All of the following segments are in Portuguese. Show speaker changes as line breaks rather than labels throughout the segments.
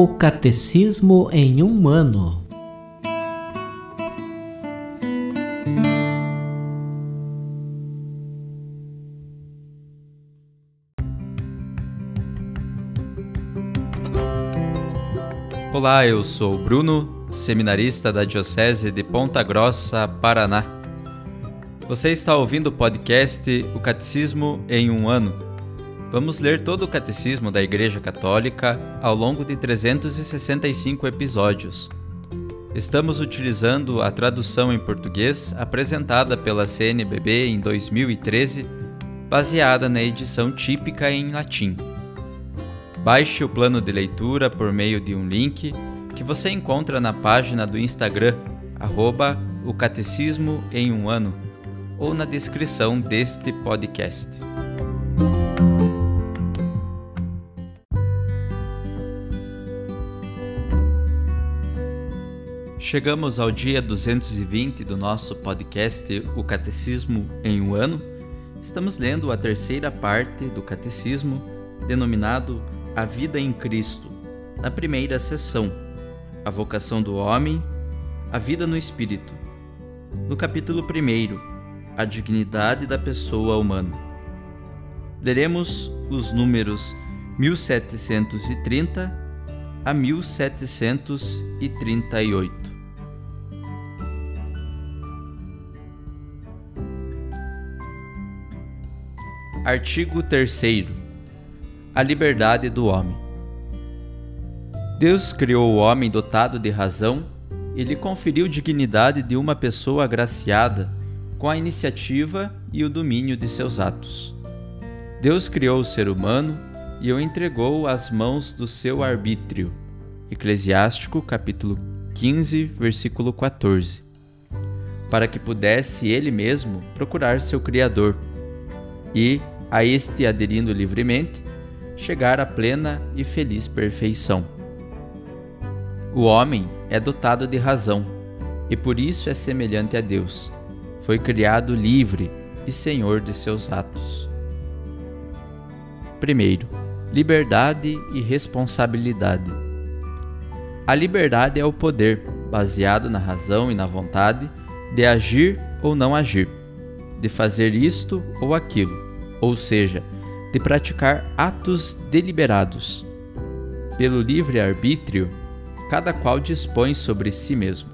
O Catecismo em um ano.
Olá, eu sou o Bruno, seminarista da Diocese de Ponta Grossa, Paraná. Você está ouvindo o podcast O Catecismo em um ano. Vamos ler todo o Catecismo da Igreja Católica ao longo de 365 episódios. Estamos utilizando a tradução em português apresentada pela CNBB em 2013, baseada na edição típica em latim. Baixe o plano de leitura por meio de um link que você encontra na página do Instagram, @o Catecismo em um ano, ou na descrição deste podcast. Chegamos ao dia 220 do nosso podcast O Catecismo em um ano. Estamos lendo a terceira parte do Catecismo, denominado A Vida em Cristo, na primeira seção, a vocação do homem, a vida no Espírito. No capítulo 1, a dignidade da pessoa humana. Leremos os números 1730 a 1738. Artigo 3º. A liberdade do homem. Deus criou o homem dotado de razão e lhe conferiu dignidade de uma pessoa agraciada com a iniciativa e o domínio de seus atos. Deus criou o ser humano e o entregou às mãos do seu arbítrio. Eclesiástico, capítulo 15, versículo 14. Para que pudesse ele mesmo procurar seu Criador e, a este aderindo livremente, chegar à plena e feliz perfeição. O homem é dotado de razão e por isso é semelhante a Deus. Foi criado livre e senhor de seus atos. Primeiro, liberdade e responsabilidade. A liberdade é o poder, baseado na razão e na vontade, de agir ou não agir, de fazer isto ou aquilo, ou seja, de praticar atos deliberados. Pelo livre-arbítrio, cada qual dispõe sobre si mesmo.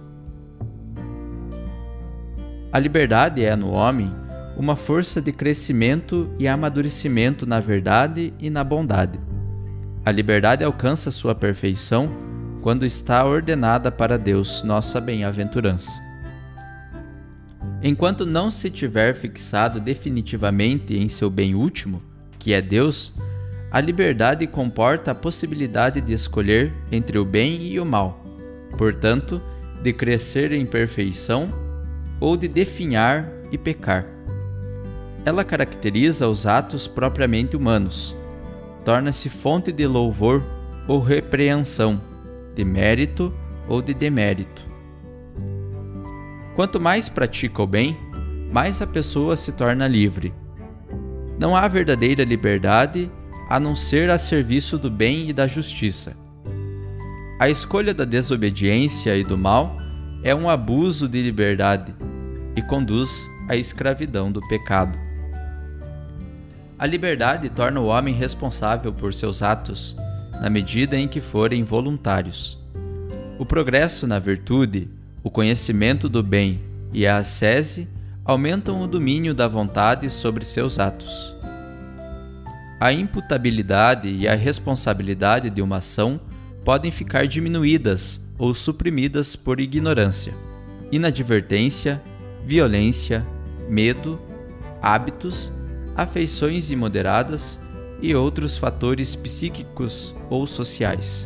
A liberdade é, no homem, uma força de crescimento e amadurecimento na verdade e na bondade. A liberdade alcança sua perfeição quando está ordenada para Deus, nossa bem-aventurança. Enquanto não se tiver fixado definitivamente em seu bem último, que é Deus, a liberdade comporta a possibilidade de escolher entre o bem e o mal, portanto, de crescer em perfeição ou de definhar e pecar. Ela caracteriza os atos propriamente humanos, torna-se fonte de louvor ou repreensão, de mérito ou de demérito. Quanto mais pratica o bem, mais a pessoa se torna livre. Não há verdadeira liberdade a não ser a serviço do bem e da justiça. A escolha da desobediência e do mal é um abuso de liberdade e conduz à escravidão do pecado. A liberdade torna o homem responsável por seus atos, na medida em que forem voluntários. O progresso na virtude, o conhecimento do bem e a ascese aumentam o domínio da vontade sobre seus atos. A imputabilidade e a responsabilidade de uma ação podem ficar diminuídas ou suprimidas por ignorância, inadvertência, violência, medo, hábitos, afeições imoderadas e outros fatores psíquicos ou sociais.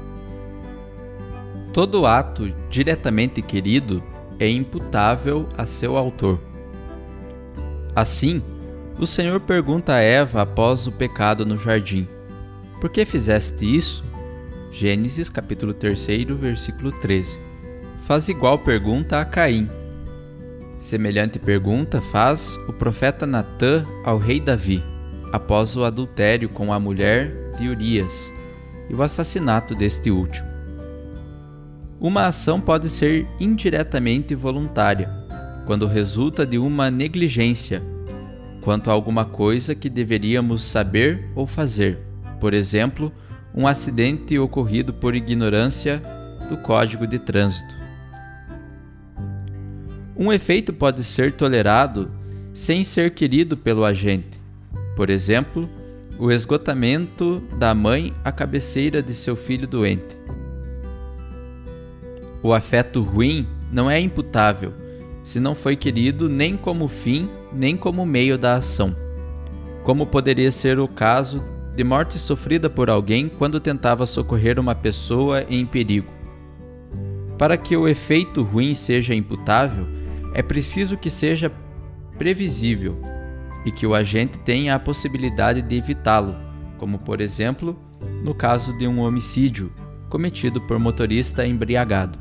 Todo ato diretamente querido é imputável a seu autor. Assim, o Senhor pergunta a Eva após o pecado no jardim: "Por que fizeste isso?" Gênesis capítulo 3, versículo 13. Faz igual pergunta a Caim. Semelhante pergunta faz o profeta Natã ao rei Davi, após o adultério com a mulher de Urias, e o assassinato deste último. Uma ação pode ser indiretamente voluntária, quando resulta de uma negligência quanto a alguma coisa que deveríamos saber ou fazer, por exemplo, um acidente ocorrido por ignorância do Código de Trânsito. Um efeito pode ser tolerado sem ser querido pelo agente, por exemplo, o esgotamento da mãe à cabeceira de seu filho doente. O afeto ruim não é imputável, se não foi querido nem como fim, nem como meio da ação, como poderia ser o caso de morte sofrida por alguém quando tentava socorrer uma pessoa em perigo. Para que o efeito ruim seja imputável, é preciso que seja previsível e que o agente tenha a possibilidade de evitá-lo, como por exemplo, no caso de um homicídio cometido por motorista embriagado.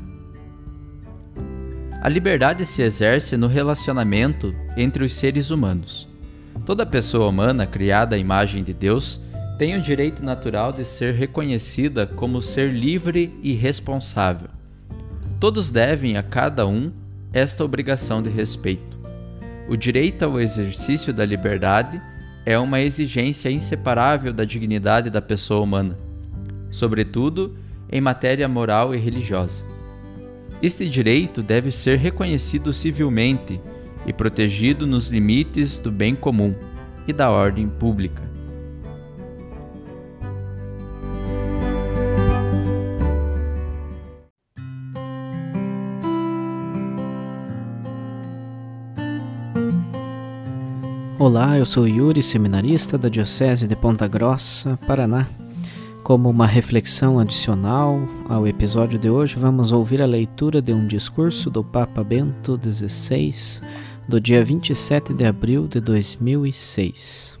A liberdade se exerce no relacionamento entre os seres humanos. Toda pessoa humana criada à imagem de Deus tem o direito natural de ser reconhecida como ser livre e responsável. Todos devem a cada um esta obrigação de respeito. O direito ao exercício da liberdade é uma exigência inseparável da dignidade da pessoa humana, sobretudo em matéria moral e religiosa. Este direito deve ser reconhecido civilmente e protegido nos limites do bem comum e da ordem pública.
Olá, eu sou Yuri, seminarista da Diocese de Ponta Grossa, Paraná. Como uma reflexão adicional ao episódio de hoje, vamos ouvir a leitura de um discurso do Papa Bento XVI, do dia 27 de abril de 2006.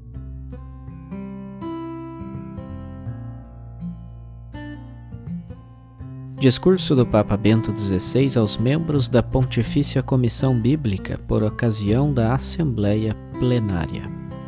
Discurso do Papa Bento XVI aos membros da Pontifícia Comissão Bíblica por ocasião da Assembleia Plenária.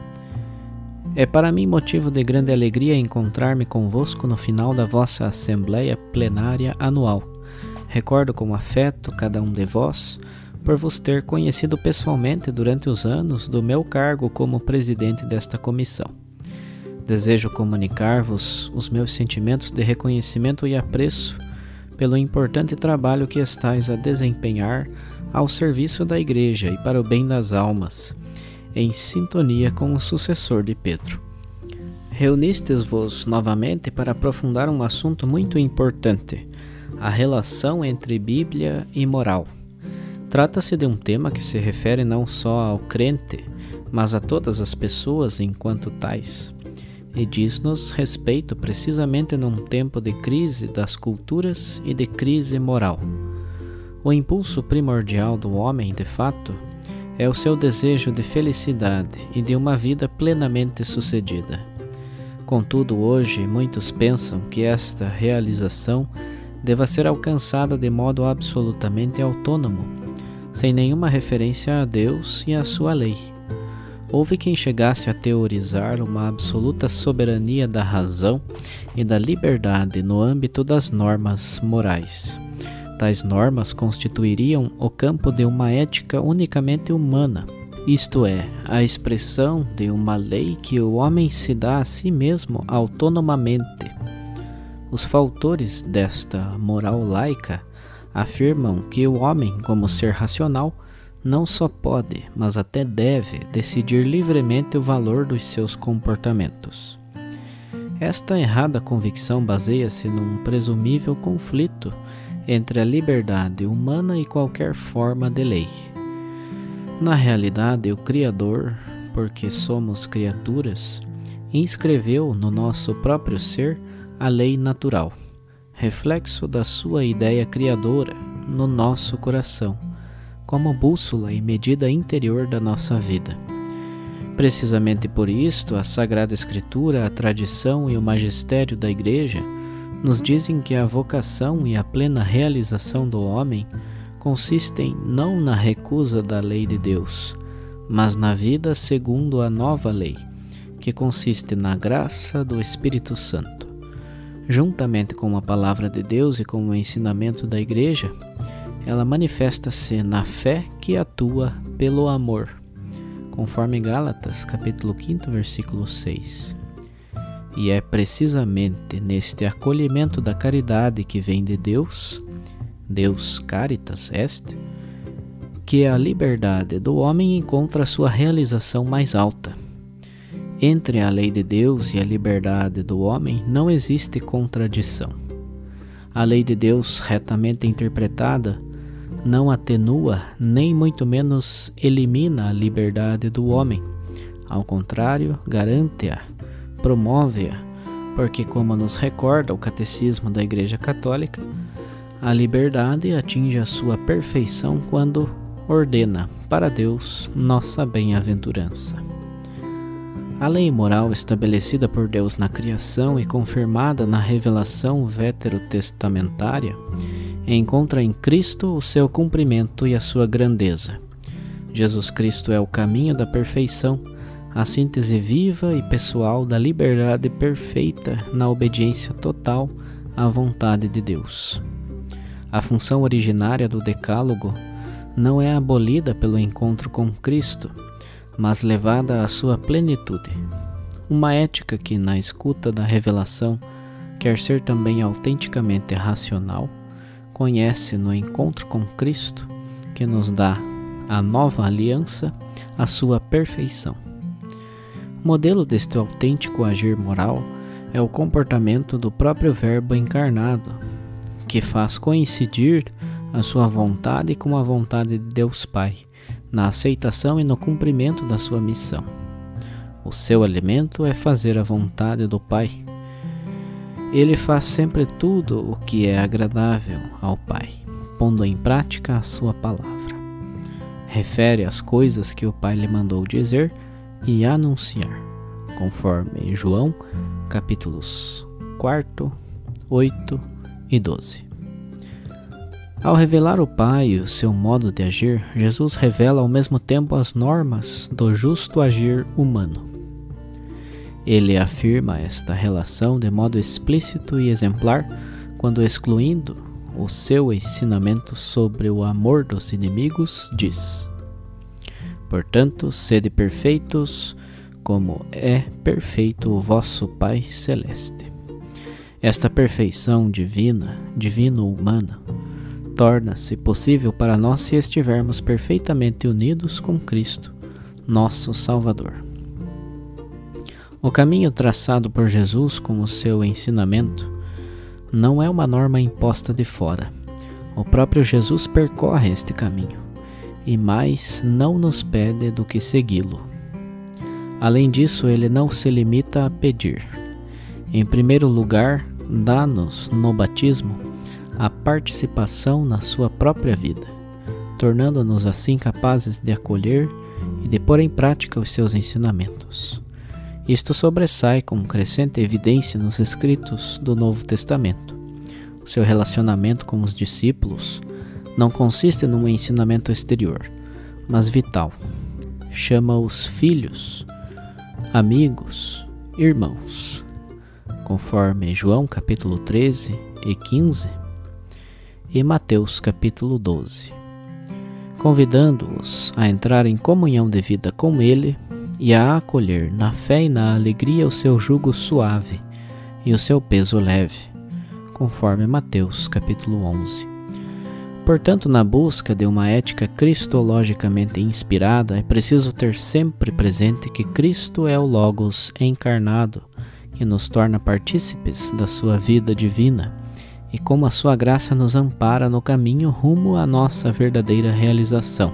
É para mim motivo de grande alegria encontrar-me convosco no final da vossa Assembleia Plenária anual. Recordo com afeto cada um de vós por vos ter conhecido pessoalmente durante os anos do meu cargo como presidente desta comissão. Desejo comunicar-vos os meus sentimentos de reconhecimento e apreço pelo importante trabalho que estais a desempenhar ao serviço da Igreja e para o bem das almas, em sintonia com o sucessor de Pedro. Reunistes-vos novamente para aprofundar um assunto muito importante, a relação entre Bíblia e moral. Trata-se de um tema que se refere não só ao crente, mas a todas as pessoas enquanto tais, e diz-nos respeito precisamente num tempo de crise das culturas e de crise moral. O impulso primordial do homem, de fato, é o seu desejo de felicidade e de uma vida plenamente sucedida. Contudo, hoje, muitos pensam que esta realização deva ser alcançada de modo absolutamente autônomo, sem nenhuma referência a Deus e à sua lei. Houve quem chegasse a teorizar uma absoluta soberania da razão e da liberdade no âmbito das normas morais. Tais normas constituiriam o campo de uma ética unicamente humana, isto é, a expressão de uma lei que o homem se dá a si mesmo autonomamente. Os fautores desta moral laica afirmam que o homem, como ser racional, não só pode, mas até deve decidir livremente o valor dos seus comportamentos. Esta errada convicção baseia-se num presumível conflito entre a liberdade humana e qualquer forma de lei. Na realidade, o Criador, porque somos criaturas, inscreveu no nosso próprio ser a lei natural, reflexo da sua ideia criadora no nosso coração, como bússola e medida interior da nossa vida. Precisamente por isto, a Sagrada Escritura, a tradição e o magistério da Igreja nos dizem que a vocação e a plena realização do homem consistem não na recusa da lei de Deus, mas na vida segundo a nova lei, que consiste na graça do Espírito Santo. Juntamente com a palavra de Deus e com o ensinamento da Igreja, ela manifesta-se na fé que atua pelo amor, conforme Gálatas, capítulo 5, versículo 6. E é precisamente neste acolhimento da caridade que vem de Deus, Deus caritas est, que a liberdade do homem encontra sua realização mais alta. Entre a lei de Deus e a liberdade do homem não existe contradição. A lei de Deus, retamente interpretada, não atenua nem muito menos elimina a liberdade do homem. Ao contrário, garante-a, promove-a, porque, como nos recorda o Catecismo da Igreja Católica, a liberdade atinge a sua perfeição quando ordena para Deus nossa bem-aventurança. A lei moral estabelecida por Deus na criação e confirmada na revelação veterotestamentária encontra em Cristo o seu cumprimento e a sua grandeza. Jesus Cristo é o caminho da perfeição, a síntese viva e pessoal da liberdade perfeita na obediência total à vontade de Deus. A função originária do Decálogo não é abolida pelo encontro com Cristo, mas levada à sua plenitude. Uma ética que, na escuta da revelação, quer ser também autenticamente racional, conhece no encontro com Cristo, que nos dá a nova aliança, a sua perfeição. O modelo deste autêntico agir moral é o comportamento do próprio Verbo encarnado, que faz coincidir a sua vontade com a vontade de Deus Pai, na aceitação e no cumprimento da sua missão. O seu alimento é fazer a vontade do Pai. Ele faz sempre tudo o que é agradável ao Pai, pondo em prática a sua palavra. Refere as coisas que o Pai lhe mandou dizer e anunciar, conforme João, capítulos 4, 8 e 12. Ao revelar o Pai e o seu modo de agir, Jesus revela ao mesmo tempo as normas do justo agir humano. Ele afirma esta relação de modo explícito e exemplar quando, excluindo o seu ensinamento sobre o amor dos inimigos, diz: Portanto, sede perfeitos, como é perfeito o vosso Pai Celeste. Esta perfeição divino-humana, torna-se possível para nós se estivermos perfeitamente unidos com Cristo, nosso Salvador. O caminho traçado por Jesus com o seu ensinamento não é uma norma imposta de fora. O próprio Jesus percorre este caminho, e mais não nos pede do que segui-lo. Além disso, ele não se limita a pedir. Em primeiro lugar, dá-nos no batismo a participação na sua própria vida, tornando-nos assim capazes de acolher e de pôr em prática os seus ensinamentos. Isto sobressai com crescente evidência nos escritos do Novo Testamento. O seu relacionamento com os discípulos não consiste num ensinamento exterior, mas vital. Chama-os filhos, amigos, irmãos, conforme João capítulo 13 e 15, e Mateus capítulo 12, convidando-os a entrar em comunhão de vida com ele e a acolher na fé e na alegria o seu jugo suave e o seu peso leve, conforme Mateus capítulo 11. Portanto, na busca de uma ética cristologicamente inspirada, é preciso ter sempre presente que Cristo é o Logos encarnado, que nos torna partícipes da sua vida divina, e como a sua graça nos ampara no caminho rumo à nossa verdadeira realização.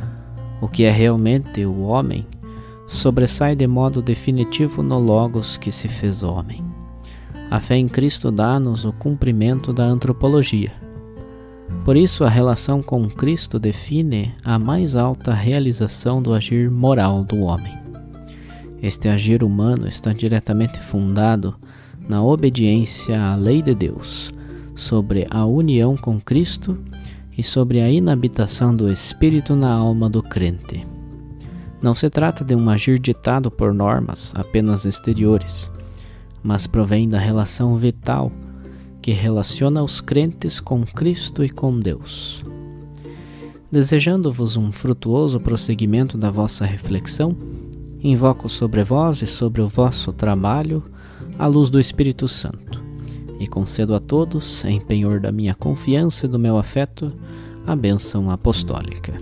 O que é realmente o homem sobressai de modo definitivo no Logos que se fez homem. A fé em Cristo dá-nos o cumprimento da antropologia. Por isso, a relação com Cristo define a mais alta realização do agir moral do homem. Este agir humano está diretamente fundado na obediência à lei de Deus, sobre a união com Cristo e sobre a inabitação do Espírito na alma do crente. Não se trata de um agir ditado por normas apenas exteriores, mas provém da relação vital que relaciona os crentes com Cristo e com Deus. Desejando-vos um frutuoso prosseguimento da vossa reflexão, invoco sobre vós e sobre o vosso trabalho a luz do Espírito Santo, e concedo a todos, em penhor da minha confiança e do meu afeto, a bênção apostólica.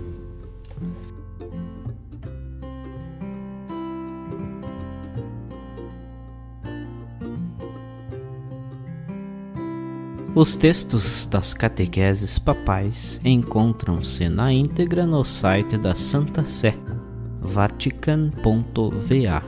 Os textos das catequeses papais encontram-se na íntegra no site da Santa Sé, vatican.va.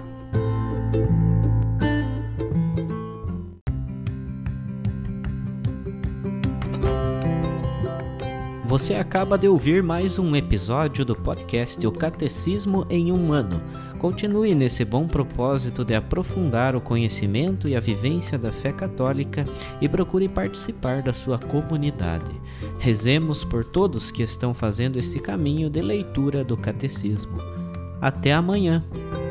Você acaba de ouvir mais um episódio do podcast O Catecismo em um Ano. Continue nesse bom propósito de aprofundar o conhecimento e a vivência da fé católica e procure participar da sua comunidade. Rezemos por todos que estão fazendo esse caminho de leitura do Catecismo. Até amanhã!